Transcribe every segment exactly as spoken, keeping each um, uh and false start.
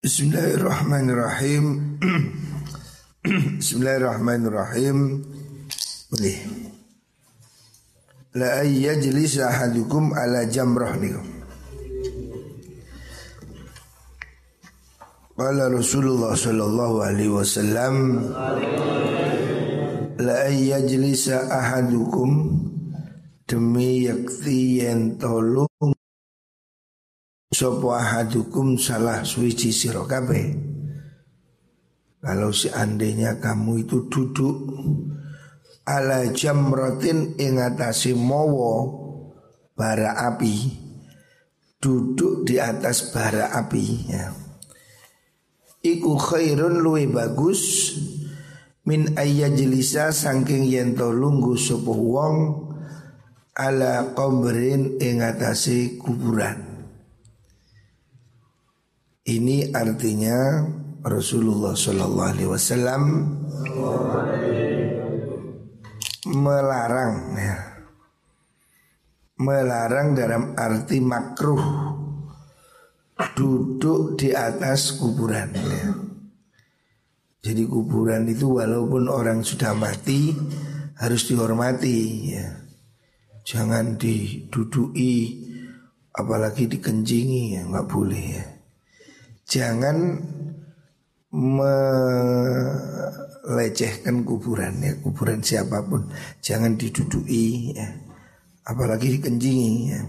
Bismillahirrahmanirrahim. Bismillahirrahmanirrahim. Boleh. La ayyajlis ahadukum ala jamrah niku. Qala Rasulullah sallallahu alaihi wasallam, la ayyajlis ahadukum, demi yakti yen tolong sapa ahadukum salah suci sira kabeh. Kalau seandainya kamu itu duduk ala jamratin ing atase mawa bara api, duduk di atas bara api ya. Iku khairun luwe bagus min ayyajlisa saking yen to lungguh sapa wong ala qabrin ing atase kuburan. Ini artinya Rasulullah Sallallahu Alaihi Wasallam melarang ya. Melarang dalam arti makruh duduk di atas kuburan ya. Jadi kuburan itu walaupun orang sudah mati harus dihormati ya. Jangan diduduki, apalagi dikencingi ya, nggak boleh ya. Jangan melecehkan kuburan ya, kuburan siapapun jangan diduduki ya, apalagi dikencingi ya.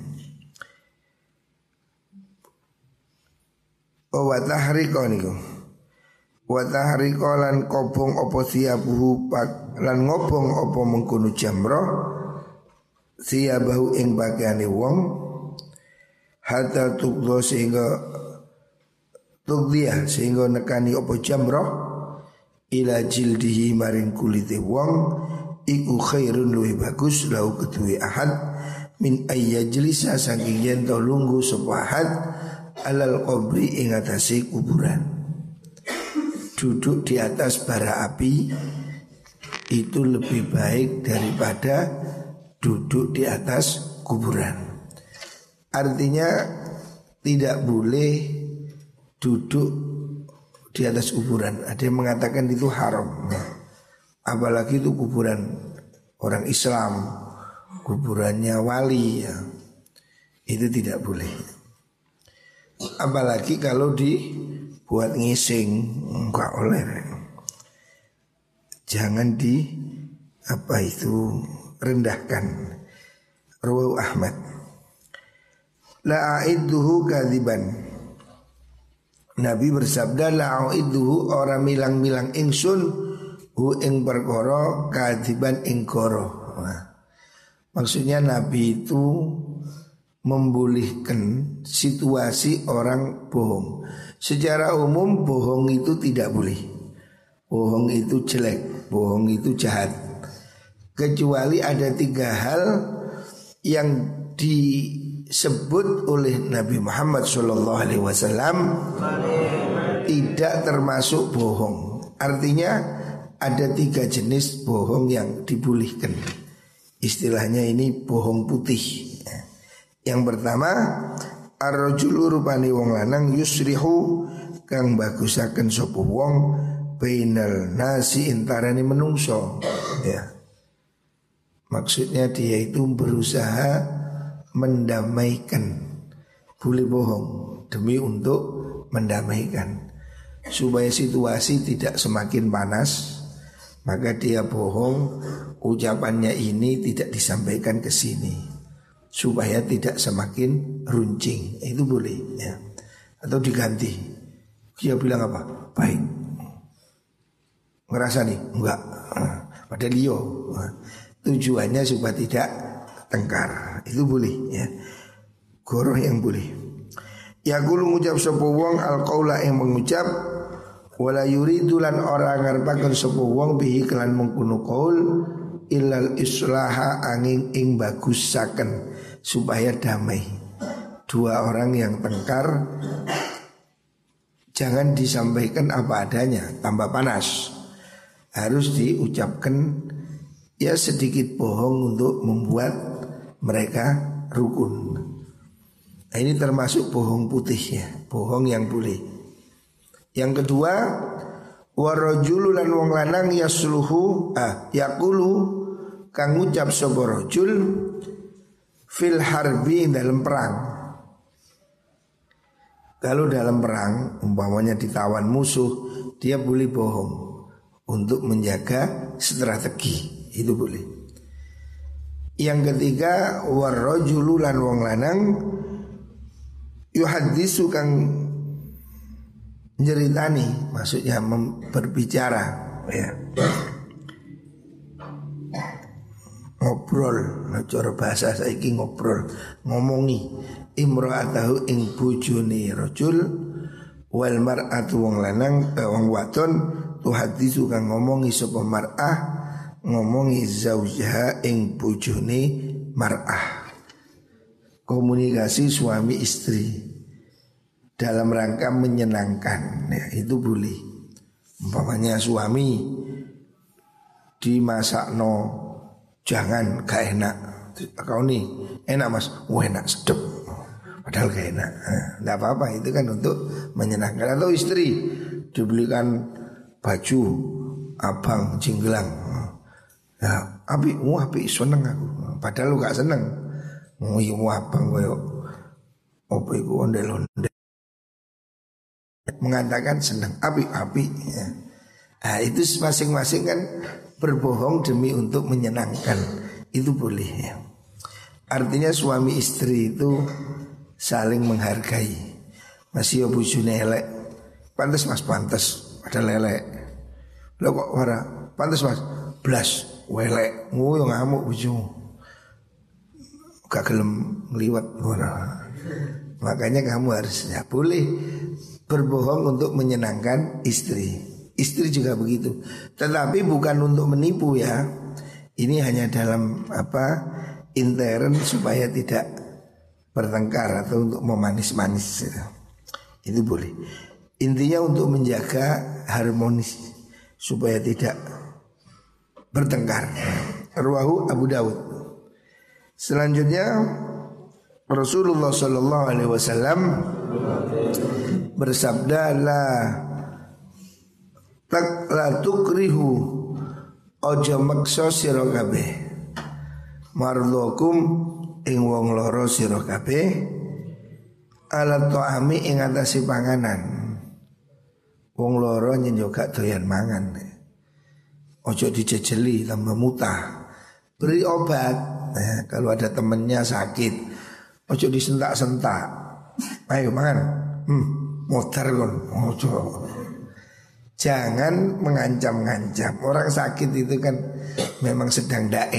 Oh wa tahriqa niku. Wa tahriqa lan kobong apa siabuhu lan ngobong apa mengkono jamrah siabahu ing pakaiane wong hatta tukdo sehingga Tugdiyah sehingga nekani opo jamroh ila jildihi maring kulite wong iku khairun luwih bagus lau kedue ahad min ayyajlisa saking yen to lungguh sapa ahad alal qabri ing atase kuburan. Duduk di atas bara api itu lebih baik daripada duduk di atas kuburan. Artinya tidak boleh duduk di atas kuburan. Ada yang mengatakan itu haram ya. Apalagi itu kuburan orang Islam, kuburannya wali ya. Itu tidak boleh. Apalagi kalau dibuat ngising, enggak oleh. Jangan di apa itu rendahkan. Rawahu Ahmad. La a'idduhu kadziban. Nabi bersabda la'uidduhu orang milang-milang ingsun hu ing perkara kadziban ing koro. Nah, maksudnya Nabi itu membolehkan situasi orang bohong. Secara umum bohong itu tidak boleh. Bohong itu jelek, bohong itu jahat. Kecuali ada tiga hal yang di sebut oleh Nabi Muhammad Shallallahu Alaihi Wasallam tidak termasuk bohong. Artinya ada tiga jenis bohong yang dibolehkan. Istilahnya ini bohong putih. Yang pertama, ar-rajulu rupani wong lanang yusrihu kang bagusaken sapa wong bainal nasi intarane menungso. Ya. Maksudnya dia itu berusaha mendamaikan, boleh bohong demi untuk mendamaikan supaya situasi tidak semakin panas, maka dia bohong, ucapannya ini tidak disampaikan ke sini supaya tidak semakin runcing. Itu boleh ya. Atau diganti, dia bilang apa? Baik. Ngerasa nih? Enggak. Pada Leo tujuannya supaya tidak tengkar. Itu boleh ya. Goroh yang boleh. Ya gulu ngucap sapa wong alqaula yang mengucap wala yuridu lan ora ngarepaken sapa wong bihi kelan mengkono qaul illal islaha angin ing bagusaken supaya damai. Dua orang yang tengkar jangan disampaikan apa adanya, tambah panas. Harus diucapkan ya sedikit bohong untuk membuat mereka rukun. Nah, ini termasuk bohong putih ya, bohong yang boleh. Yang kedua, warajulu lan wong lanang yasluhu ah yaqulu kang ngucap sapa rajul fil harbi dalam perang. Kalau dalam perang umpamanya ditawan musuh, dia boleh bohong untuk menjaga strategi, itu boleh. Yang ketiga, warajulu lan wong lanang yuhaddisu kang nyeritani, maksudnya berbicara ya. Ngobrol, cara bahasa saiki ngobrol, ngomongi imra'atahu ing bojone rajul wal mar'atu wong lanang eh, wong wadon tuhaddisu kang ngomongi sapa mar'ah ngomongi zaujaha ing bojone mar'ah. Komunikasi suami istri dalam rangka menyenangkan ya, itu boleh. Umpamanya suami dimasakno jangan gak enak, kau nih enak mas, wah enak sedep, padahal gak enak, nah, apa-apa itu kan untuk menyenangkan. Atau istri dibelikan baju abang jinggelang, ya api, wah api seneng aku, padahal lu gak seneng, wah abang koyo apa iku ondel-ondel, mengatakan senang api-api ya. Nah itu masing-masing kan berbohong demi untuk menyenangkan, itu boleh ya. Artinya suami istri itu saling menghargai. Masih ya bojone elek, pantes mas pantes, padahal elek. Lo kok ora pantes mas, blas welek, ngoyo ngamuk bojomu, gak gelem ngliwet ora. Makanya kamu harus ya boleh berbohong untuk menyenangkan istri. Istri juga begitu. Tetapi bukan untuk menipu ya. Ini hanya dalam apa intern supaya tidak bertengkar atau untuk memanis-manis gitu. Itu boleh. Intinya untuk menjaga harmonis supaya tidak bertengkar. Rawahu Abu Dawud. Selanjutnya Rasulullah Shallallahu Alaihi Wasallam bersabda, la tak la tukrihu ojo makso sira kabeh mardokum ing wong loro sira kabeh ala ta'ami ing atase panganan. Wong loro nyen yo gak doyan mangan, ojo dijejeli tambah mutah. Beri obat nah, kalau ada temennya sakit, ojo disentak-sentak. Ayo makan, hmm, modar kon, ojo. Jangan mengancam-ngancam. Orang sakit itu kan memang sedang daen.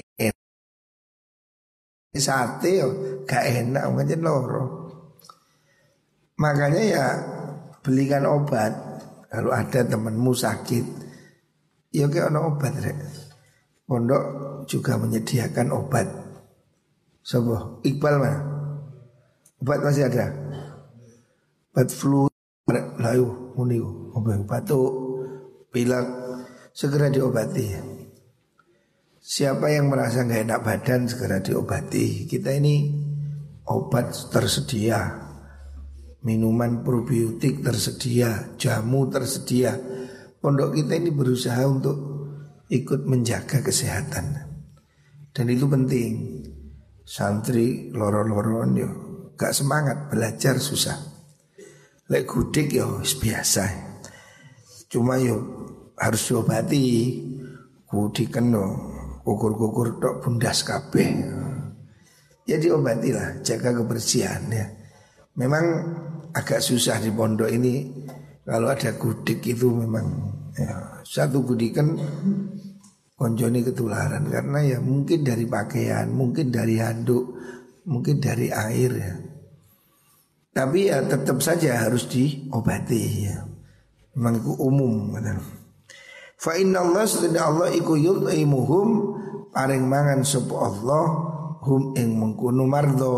Sate yo gak enak, macam loro. Makanya ya belikan obat. Kalau ada temanmu sakit, ya kayak ono obat rek. Pondok juga menyediakan obat. Sobo Iqbal mana? Obat masih ada. Obat flu, layu, muniu, obat batuk, pilek, segera diobati. Siapa yang merasa nggak enak badan segera diobati. Kita ini obat tersedia, minuman probiotik tersedia, jamu tersedia. Pondok kita ini berusaha untuk ikut menjaga kesehatan, dan itu penting. Santri loro-loron yo gak semangat belajar susah. Lek gudik yo biasa. Cuma yo harus diobati. Gudikan no kukur-kukur tok bundas kabeh. Ya diobatilah, jaga kebersihan ya. Memang agak susah di pondok ini. Kalau ada gudik itu memang ya, satu gudikan konjoni ketularan. Karena ya mungkin dari pakaian, mungkin dari handuk, mungkin dari air ya. Tapi ya tetap saja harus diobati ya. Memang itu umum. Fa inna Allah sedina Allah iku yut'imuhum paring mangan sapa Allah hum ing mengkono mardo.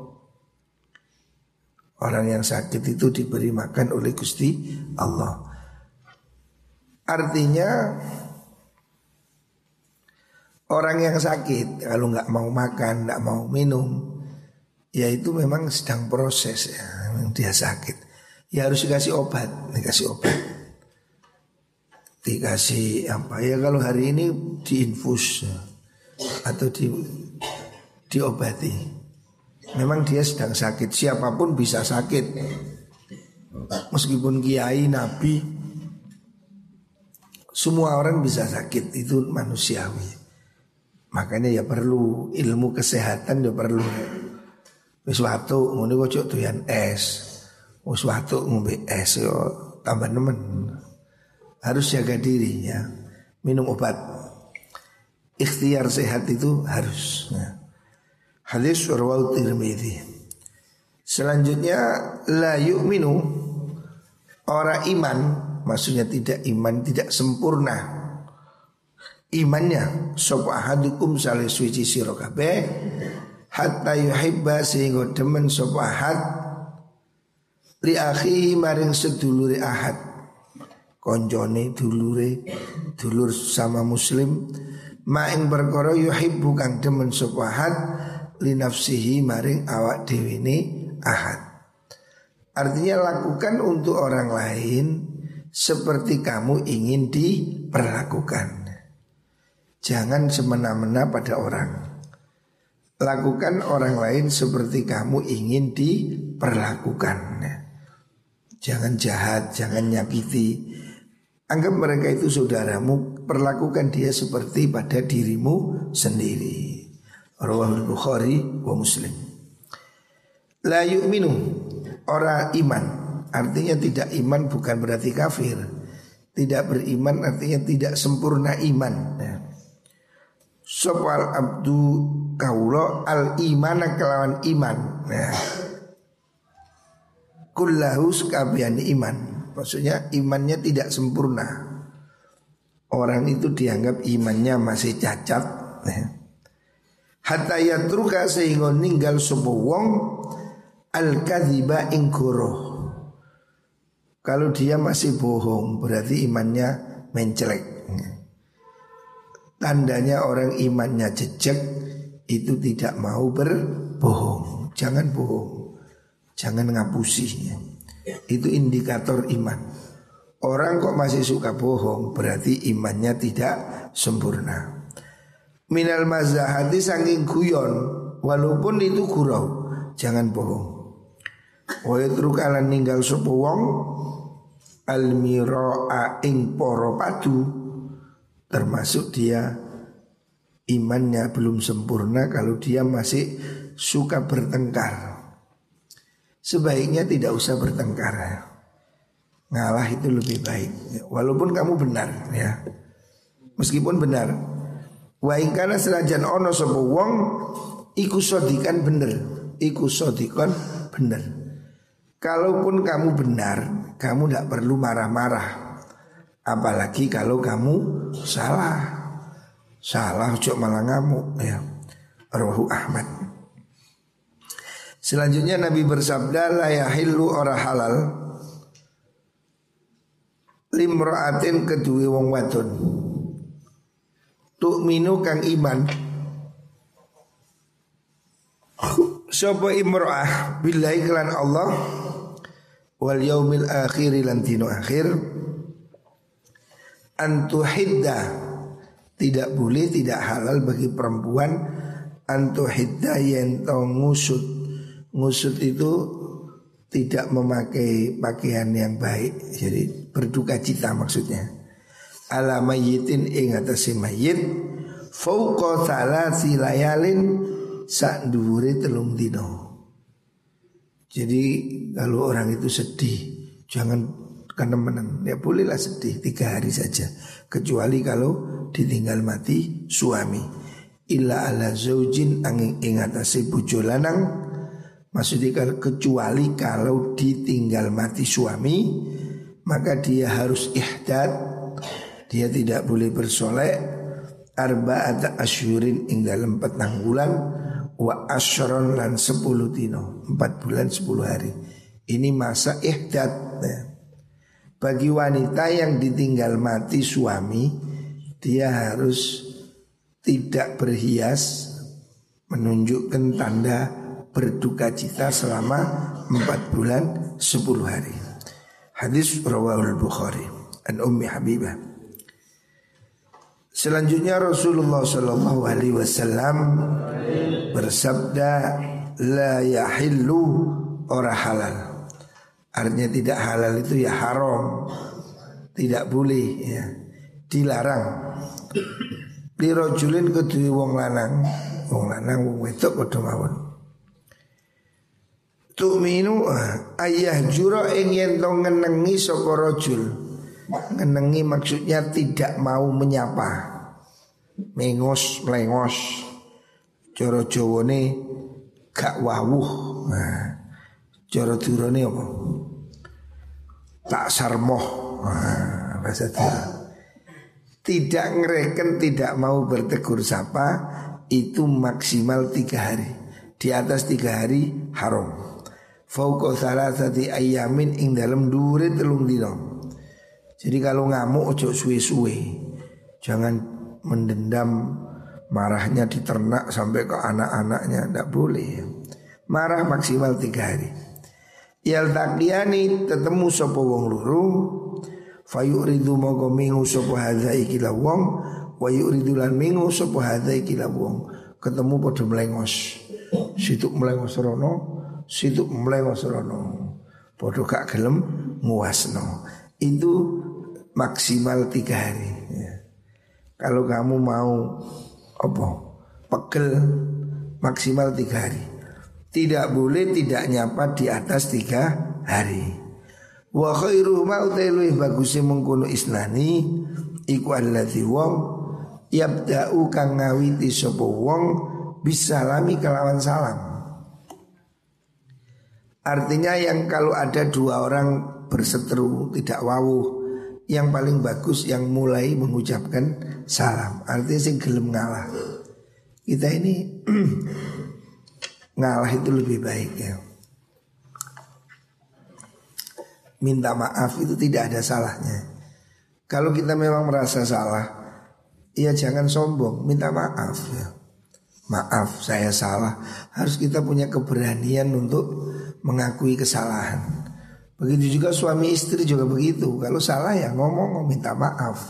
Orang yang sakit itu diberi makan oleh Gusti Allah. Artinya orang yang sakit kalau nggak mau makan, nggak mau minum, ya itu memang sedang proses ya, memang dia sakit. ya harus dikasih obat, dikasih obat. Dikasih apa ya, kalau hari ini diinfus atau di diobati. Memang dia sedang sakit, siapapun bisa sakit. Meskipun kiai, nabi, semua orang bisa sakit, itu manusiawi. Makanya ya perlu ilmu kesehatan, ya perlu. Wis watu ngene kok doyan es. Wis watu ngombe es yo tambah nemen. Harus jaga diri ya. Minum obat. Ikhtiar sehat itu harus. Ya. Hadis riwayat Tirmidzi. Selanjutnya la yu'minu, orang iman, maksudnya tidak iman, tidak sempurna imannya. Sapa ahadukum sale suci sira kabeh hatta yuhibba, sehingga demen sapa ahad li akhihi maring sedulure ahad, konjone dulure, dulur sama muslim, ma ing perkara yuhibbu kang demen sapa ahad li nafsihi maring awak dhewe ne ahad. Artinya lakukan untuk orang lain seperti kamu ingin diperlakukan. Jangan semena-mena pada orang. Lakukan orang lain seperti kamu ingin diperlakukan. Jangan jahat, jangan nyakiti. Anggap mereka itu saudaramu, perlakukan dia seperti pada dirimu sendiri. Rawahul Bukhari wa Muslim. La yu'minu, orang iman, artinya tidak iman bukan berarti kafir. Tidak beriman artinya tidak sempurna iman. Sopal abdu kaulo al imana kelawan iman. Nah, kullahu sekabian iman. Maksudnya imannya tidak sempurna. Orang itu dianggap imannya masih cacat. Nah, hatta yatruka, sehingga ninggal sapa wong al-kadhiba ing goroh. Kalau dia masih bohong berarti imannya mencelek. Tandanya orang imannya jejak itu tidak mau berbohong. Jangan bohong, jangan ngapusi. Itu indikator iman. Orang kok masih suka bohong berarti imannya tidak sempurna. Minal mazahati, saking guyon, walaupun itu gurau, jangan bohong. Wa yatrukalan ninggal sapa wong almiraa ing para padu, termasuk dia imannya belum sempurna kalau dia masih suka bertengkar. Sebaiknya tidak usah bertengkar. Ngalah itu lebih baik. Walaupun kamu benar ya. Meskipun benar. Wa ing kana senajan ono sapa wong iku sodikan bener, iku sodikon bener. Kalaupun kamu benar, kamu tidak perlu marah-marah. Apalagi kalau kamu salah. Salah ojo malah ngamuk ya. Rawahu Ahmad. Selanjutnya Nabi bersabda, la yahillu ora halal limra'atin kedue wong wadon tu'minu kang iman sapa imra'ah billahi kelan Allah wal yaumil akhir lan dino akhir antuhidda, tidak boleh, tidak halal bagi perempuan antuhidda yen to ngusut. Ngusut itu tidak memakai pakaian yang baik, jadi berduka cita maksudnya. Ala mayyitin ing atase mayyit fauqa salasi layalin sak dhuwure telung dino. Jadi kalau orang itu sedih jangan kenemenan, ya bolehlah sedih tiga hari saja, kecuali kalau ditinggal mati suami. Illa ala zaujin angin ing atase bojo lanang. Maksudnya kecuali kalau ditinggal mati suami, maka dia harus ihdad, dia tidak boleh bersolek arba'ata asyurin ing dalam petang bulan wa asyron lan sepuluh dino, empat bulan sepuluh hari. Ini masa ihdad ya. Bagi wanita yang ditinggal mati suami, dia harus tidak berhias, menunjukkan tanda berduka cita selama empat bulan sepuluh hari. Hadis rawahul Bukhari an Ummi Habibah. Selanjutnya Rasulullah sallallahu alaihi wasallam bersabda, la yahillu, ora halal. Artinya tidak halal itu ya haram, tidak boleh ya, dilarang. Li rajulin kedue wong lanang, wong lanang wong wedok padha mawon. Tu'minu ayah jura ing yen to ngenengi sapa rajul. Ngenengi maksudnya tidak mau menyapa, mengos melengos, cara Jawane gak wawuh. Nah, cara durane apa? Tak sarmoh. Nah, bahasa Jawa. Tidak ngereken, tidak mau bertegur sapa, itu maksimal tiga hari. Di atas tiga hari haram. Fauqa salasati ayamin ing dalam dure telung dino. Jadi kalau ngamuk ojo suwe-suwe. Jangan mendendam marahnya diternak sampai ke anak-anaknya, tidak boleh. Marah maksimal tiga hari. Yal taqiyani ketemu sapa wong loro, fayuridu mongko mingu sapa hadza iki la wong, wa yuridu lan mingu sapa hadza iki la wong. Ketemu padha mlengos. Situk mlengos rono, situk mlengos rono. Padha gak gelem nguasno. Itu maksimal tiga hari ya. Kalau kamu mau apa pegel maksimal tiga hari. Tidak boleh tidak nyapa di atas tiga hari. Wa khairu ma utailuih bagusnya mengkono isnani iku alladzi wong yabda'u kang ngawiti sapa wong bisalami kelawan salam. Artinya yang kalau ada dua orang berseteru tidak wawuh, yang paling bagus yang mulai mengucapkan salam. Artinya sing gelem ngalah. Kita ini ngalah itu lebih baik ya. Minta maaf itu tidak ada salahnya. Kalau kita memang merasa salah, ya jangan sombong, minta maaf ya. Maaf saya salah. Harus kita punya keberanian untuk mengakui kesalahan. Begitu juga suami istri juga begitu. Kalau salah ya ngomong, minta maaf.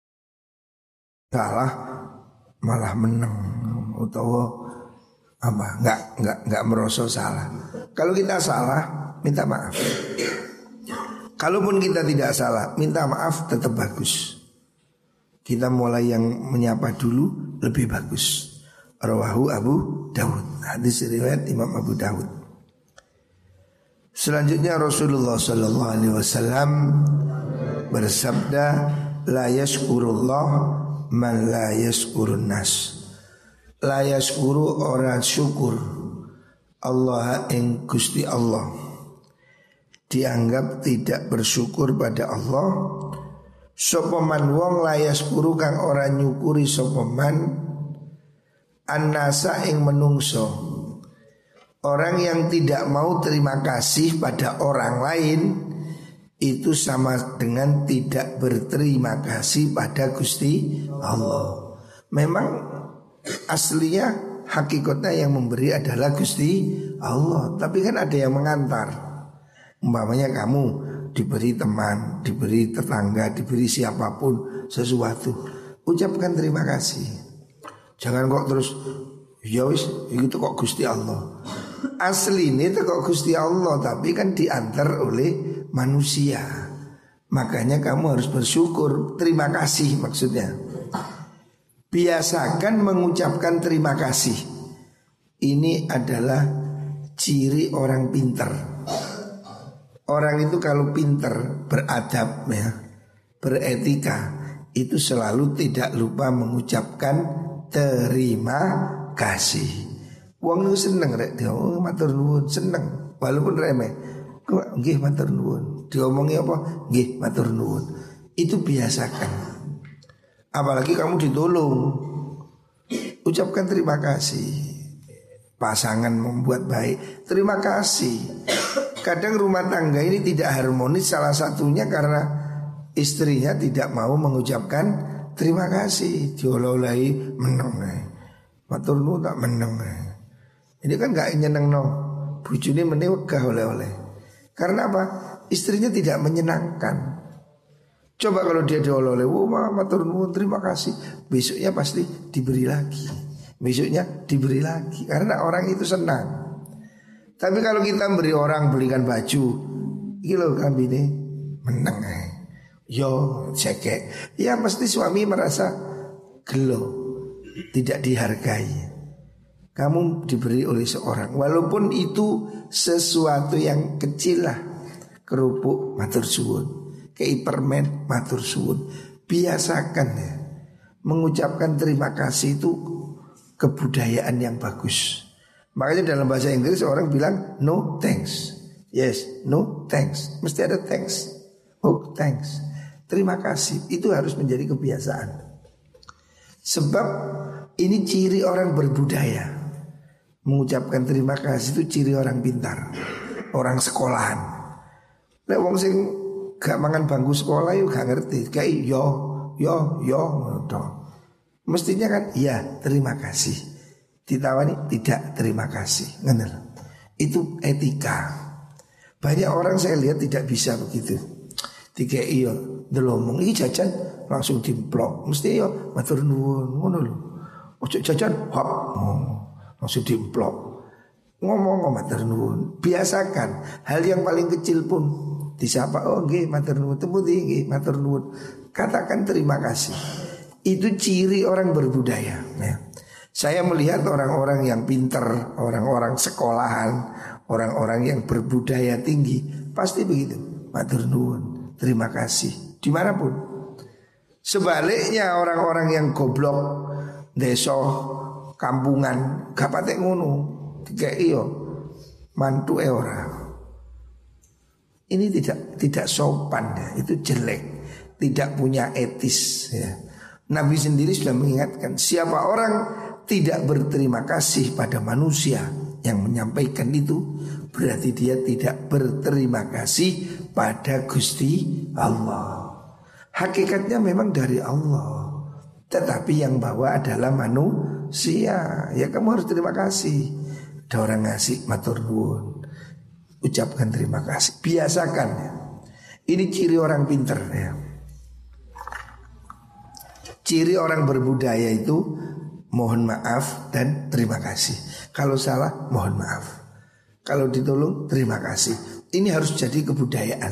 Salah malah menang atau apa? Enggak enggak enggak merasa salah. Kalau kita salah, minta maaf. Kalaupun kita tidak salah, minta maaf tetap bagus. Kita mulai yang menyapa dulu lebih bagus. Rawahu Abu Dawud. Hadis riwayat Imam Abu Dawud. Selanjutnya Rasulullah sallallahu alaihi wasallam bersabda, la yashkurullah man la yashkurun nas. La yashkuru orang syukur Allah ing Gusti Allah, dianggap tidak bersyukur pada Allah. Sapa man wong la yashkuru kang ora nyukuri sapa man annasa ing menungso. Orang yang tidak mau terima kasih pada orang lain itu sama dengan tidak berterima kasih pada Gusti Allah. Memang aslinya hakikatnya yang memberi adalah Gusti Allah, tapi kan ada yang mengantar. Umpamanya kamu diberi teman, diberi tetangga, diberi siapapun sesuatu, ucapkan terima kasih. Jangan kok terus ya wis itu kok Gusti Allah. Asli ini itu kok Gusti Allah, tapi kan diantar oleh manusia. Makanya kamu harus bersyukur, terima kasih maksudnya. Biasakan mengucapkan terima kasih. Ini adalah ciri orang pinter. Orang itu kalau pinter, beradab ya, beretika, itu selalu tidak lupa mengucapkan terima kasih. Wong itu seneng rek dia, oh matur nuwun, seneng walaupun remeh. Kok nggih matur nuwun. Diomongi apa? Nggih matur nuwun. Itu biasakan. Apalagi kamu ditolong, ucapkan terima kasih. Pasangan membuat baik, terima kasih. Kadang rumah tangga ini tidak harmonis, salah satunya karena istrinya tidak mau mengucapkan terima kasih. Dioleh-olehi meneng. Matur nuwun tak meneng. Ini kan gak nyeneng no. Bujune meneh wegah oleh-oleh. Karena apa? istrinya tidak menyenangkan. Coba kalau dia dioleh-oleh, "Wah, mama turun, terima kasih." Besoknya pasti diberi lagi. Besoknya diberi lagi karena orang itu senang. Tapi kalau kita beri orang, belikan baju, iki lho kambine meneng ae. Yo cekek. Ya pasti suami merasa gelo, tidak dihargai. Kamu diberi oleh seorang, walaupun itu sesuatu yang kecil lah. Kerupuk matur suwun, kei permen matur suwun. Biasakan ya, mengucapkan terima kasih itu kebudayaan yang bagus. Makanya dalam bahasa Inggris orang bilang no thanks. Yes, no thanks. Mesti ada thanks. Oh thanks, terima kasih. Itu harus menjadi kebiasaan. Sebab ini ciri orang berbudaya. Mengucapkan terima kasih itu ciri orang pintar, orang sekolahan. Lek wong sing gak mangan bangku sekolah yuk gak ngerti. Kayak yo, yo, yo ngono. Mestinya kan iya terima kasih. Ditawani tidak terima kasih. Ngenel. Itu etika. Banyak orang saya lihat tidak bisa begitu. Tiga iyo delomong iki jajan langsung dimplok. Mesti yo matur nuwun ngono lho. Ojo jajan hop. Oh, langsung dimplok. Ngomong matur nuwun. Biasakan hal yang paling kecil pun disapa, oh nggih matur nuwun, temu nggih matur nuwun. Katakan terima kasih. Itu ciri orang berbudaya ya. Saya melihat orang-orang yang pintar, orang-orang sekolahan, orang-orang yang berbudaya tinggi pasti begitu. Matur nuwun, terima kasih dimanapun. Sebaliknya orang-orang yang goblok, desa, kampungan, gak patek ngono, tiga iyo mantu ora. Ini tidak tidak sopan ya, itu jelek, tidak punya etis ya. Nabi sendiri sudah mengingatkan, siapa orang tidak berterima kasih pada manusia yang menyampaikan itu, berarti dia tidak berterima kasih pada Gusti Allah. Hakikatnya memang dari Allah, tetapi yang bawa adalah manusia. Ya kamu harus terima kasih. Ada orang ngasih matur nuwun, ucapkan terima kasih. Biasakan ya. Ini ciri orang pintar ya. Ciri orang berbudaya itu mohon maaf dan terima kasih. Kalau salah mohon maaf. Kalau ditolong terima kasih. Ini harus jadi kebudayaan.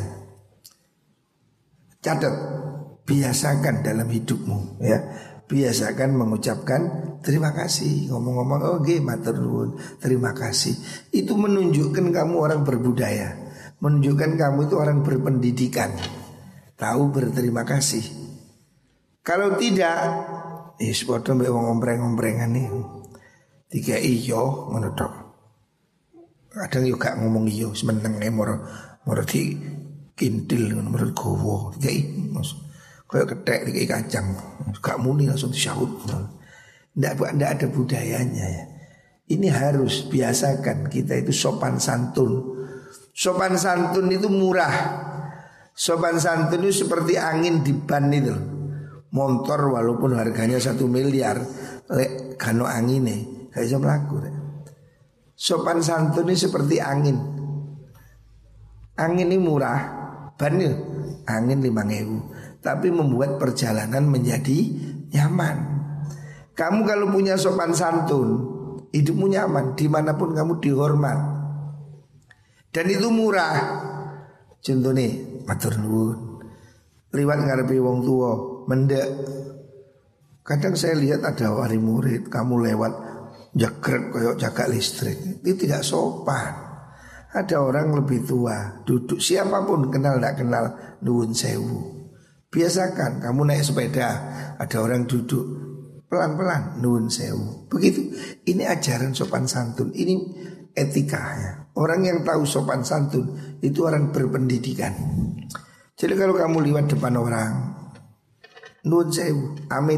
Catat, biasakan dalam hidupmu ya. Biasakan mengucapkan terima kasih. Ngomong-ngomong oh nggih matur nuwun, terima kasih. Itu menunjukkan kamu orang berbudaya. Menunjukkan kamu itu orang berpendidikan. Tahu berterima kasih. Kalau tidak, eh sepodo mbek wong ompreng-omprengan nih. Tiga iyo ngono tok. Kadang yo gak ngomong iyo, semenenge moro moro di kintil ngono moro gowo. Tiga iyo. Kayak ketek tiga kacang. Gak muni langsung disyahut. Ndak ndak ada budayanya ya. Ini harus biasakan kita itu sopan santun. Sopan santun itu murah. Sopan santun itu seperti angin di ban itu. Motor walaupun harganya satu miliar, lek kano angine gak bisa melaku. Sopan santun ini seperti angin. Angin ini murah, ban ini angin lima ribu, tapi membuat perjalanan menjadi nyaman. Kamu kalau punya sopan santun, hidupmu nyaman, dimanapun kamu dihormat. Dan itu murah. Contohnya matur nuwun, liwat ngarepe wong tua mendek. Kadang saya lihat ada wali murid, kamu lewat jagrek kayak jaga listrik. Itu tidak sopan. Ada orang lebih tua duduk, siapapun kenal tidak kenal, nuwun sewu. Biasakan kamu naik sepeda, ada orang duduk pelan-pelan, nuwun sewu. Begitu. Ini ajaran sopan santun. Ini etika ya. Orang yang tahu sopan santun itu orang berpendidikan. Jadi kalau kamu lewat depan orang, nuwun sewu, amit,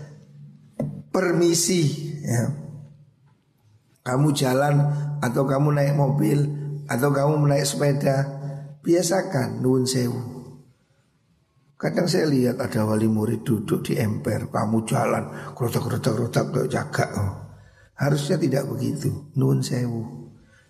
permisi ya. Kamu jalan atau kamu naik mobil atau kamu naik sepeda, biasakan nuwun sewu. Kadang saya lihat ada wali murid duduk di emper, kamu jalan kerotak-kerotak-kerotak kayak jaga. Oh. Harusnya tidak begitu, nuwun sewu.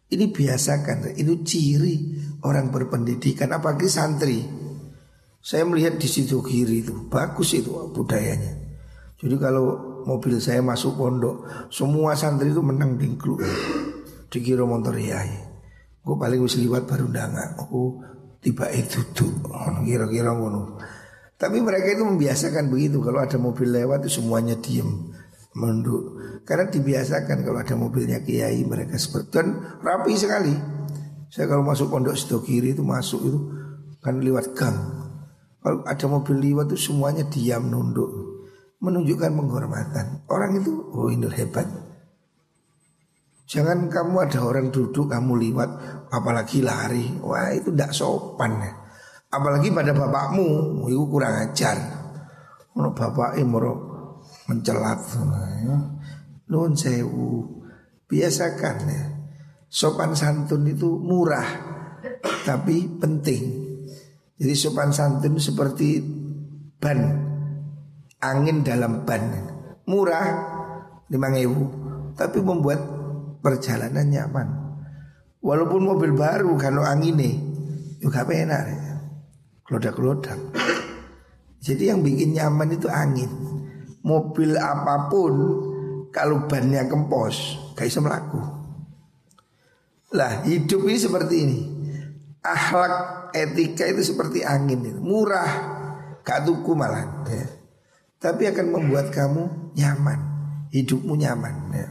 Ini biasakan, itu ciri orang berpendidikan, apalagi santri. Saya melihat di situ kiri itu bagus itu budayanya. Jadi kalau mobil saya masuk pondok, semua santri itu menang dingklu. Dikira motor yai. Gue paling wis liwat baru ndangak. Aku tiba itu tuh kira-kira ngono. Tapi mereka itu membiasakan begitu. Kalau ada mobil lewat itu semuanya diem, menunduk. Karena dibiasakan kalau ada mobilnya kiai mereka seperti, dan rapi sekali. Saya kalau masuk pondok situ kiri itu masuk itu kan lewat gang. Kalau ada mobil lewat itu semuanya diam nunduk, menunjukkan penghormatan. Orang itu oh ini hebat. Jangan kamu ada orang duduk kamu lewat apalagi lari. Wah itu tidak sopan ya. Apalagi pada bapakmu, itu kurang ajar. Ono bapaknya moro mencelat. Nuwun sewu. Biasakan ya. Sopan santun itu murah tapi penting. Jadi sopan santun seperti ban, angin dalam ban. Murah lima ribu tapi membuat perjalanan nyaman. Walaupun mobil baru kalau anginnya juga enak ya. Kelodak-kelodak. Jadi yang bikin nyaman itu angin. Mobil apapun kalau bannya kempos gak bisa melaku. Lah hidup ini seperti ini. Akhlak etika itu seperti angin itu. Murah, gak tuku malah ya. Tapi akan membuat kamu nyaman. Hidupmu nyaman ya.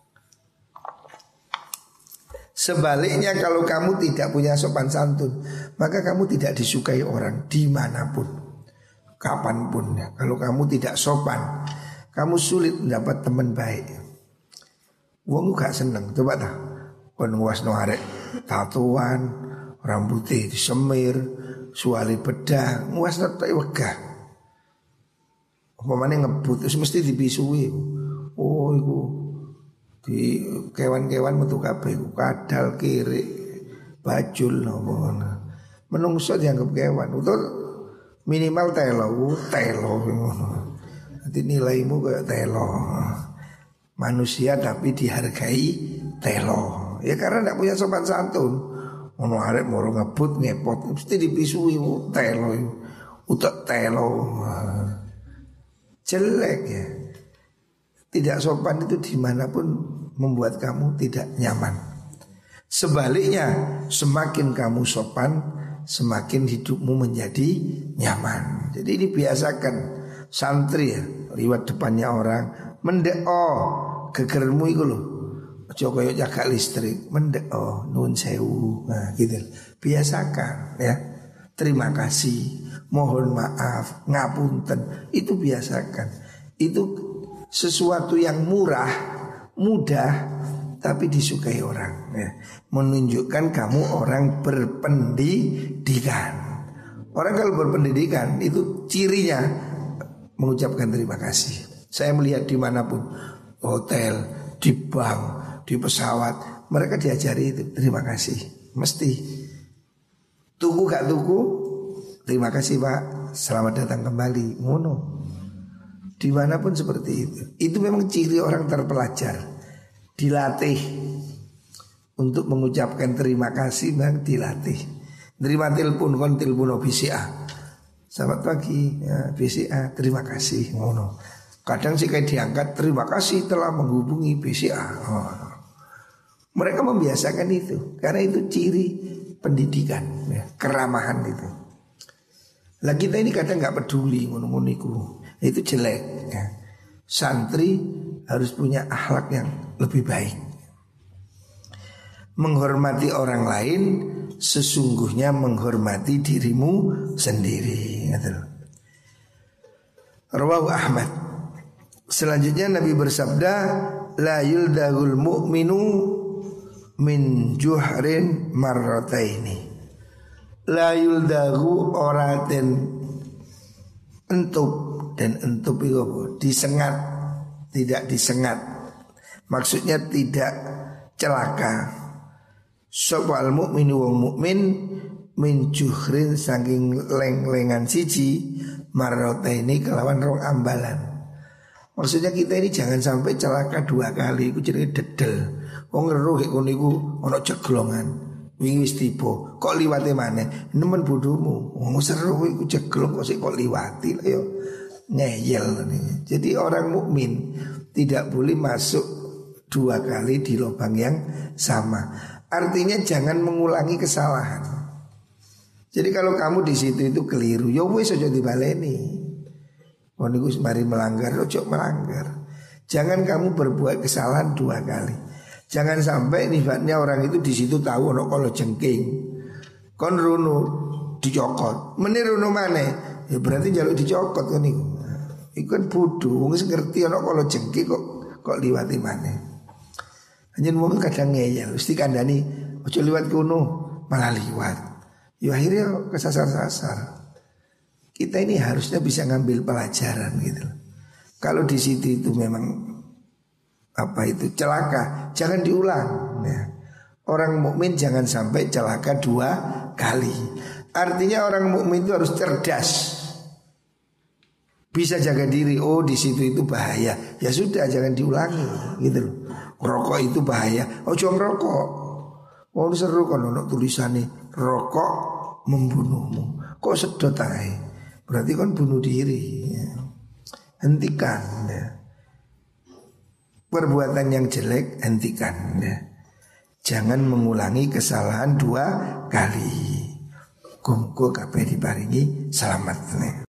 Sebaliknya kalau kamu tidak punya sopan santun, maka kamu tidak disukai orang dimanapun, kapanpun ya. Kalau kamu tidak sopan, kamu sulit mendapat teman baik. Wong gak seneng, coba tak. Kon wasno arek tatuan, rambutnya disemir, suali bedah, wasno tak wegah. Umpamane ngebut terus mesti dibisui. Oh iku di kewan-kewan metu kabeh kadal kiri bajul ngono. Menungso dianggap kewan, utawa minimal telo, telo ngono. Nanti nilaimu kayak telo. Manusia tapi dihargai telo. Ya karena tidak punya sopan santun. Ono arek moro ngebut ngepot mesti dipisui telo. Utak telo. Jelek ya. Tidak sopan itu dimanapun membuat kamu tidak nyaman. Sebaliknya semakin kamu sopan, semakin hidupmu menjadi nyaman. Jadi dibiasakan santri ya, liwat depannya orang mendek oh gegermu itu loh. Aja koyo jaga listrik, mendek oh nun sewu. Nah gitu. Biasakan ya. Terima kasih, mohon maaf, ngapunten, itu biasakan. Itu sesuatu yang murah, mudah, tapi disukai orang ya. Menunjukkan kamu orang berpendidikan. Orang kalau berpendidikan itu cirinya mengucapkan terima kasih. Saya melihat dimanapun, hotel, di bank, di pesawat, mereka diajari itu terima kasih. Mesti tuku gak tuku, terima kasih Pak, selamat datang kembali. Ngono. Dimanapun seperti itu. Itu memang ciri orang terpelajar. Dilatih untuk mengucapkan terima kasih, memang dilatih. Terima telepon, kon telepon B C A. Selamat pagi, ya, B C A, terima kasih. Ngono. Kadang sih kayak diangkat, terima kasih telah menghubungi B C A. Oh. Mereka membiasakan itu karena itu ciri pendidikan, ya, keramahan itu. Lah kita ini kadang nggak peduli ngono-ngono. Itu jelek ya. Santri harus punya akhlak yang lebih baik. Menghormati orang lain sesungguhnya menghormati dirimu sendiri. Rawahu Ahmad. Selanjutnya Nabi bersabda, la yuldagul mu'minu min juhrin marrataini. La yuldagu oraten entup. Dan entup itu disengat, tidak disengat. Maksudnya tidak celaka. Sopal mukminu wong mukmin min juhrin saking leng-lengan siji marrota ini kelawan rong ambalan. Maksudnya kita ini jangan sampai celaka dua kali. Itu jadi dedel. Wong ngeruh iku niku ana ceglongan. Wingi wis tiba, kok liwate maneh? Nemen bodohmu. Wong seru iku ceglong kok sik kok liwati lho yo. Ngeyel nih. Jadi orang mukmin tidak boleh masuk dua kali di lubang yang sama. Artinya jangan mengulangi kesalahan. Jadi kalau kamu di situ itu keliru, ya wis aja dibaleni. Wong niku mari melanggar, ojo melanggar. Jangan kamu berbuat kesalahan dua kali. Jangan sampai nifatnya orang itu di situ tahu ono kalau jengking. Kon runo dicokot. Menir runo maneh. Ya berarti jaluk dicokot kan niku. Iku kan bodoh, wong wis ngerti ono kalau jengking kok kok liwati maneh. Hanya wong kadang ngeyel, mesti kandhani ojo liwat kono, malah liwat. Ya akhirnya kesasar-sasar. Kita ini harusnya bisa ngambil pelajaran gitu. Kalau di situ itu memang apa itu celaka, jangan diulang ya. Orang mukmin jangan sampai celaka dua kali. Artinya orang mukmin itu harus cerdas, bisa jaga diri. Oh di situ itu bahaya, ya sudah jangan diulangi gitu loh. Rokok itu bahaya, oh jangan rokok. Oh seru kan ono tulisannya rokok membunuhmu. Kok sedot ae? Berarti kan bunuh diri ya. Hentikan ya. Perbuatan yang jelek hentikan ya. Jangan mengulangi kesalahan dua kali. Muga-muga kabeh diparingi selamat nih.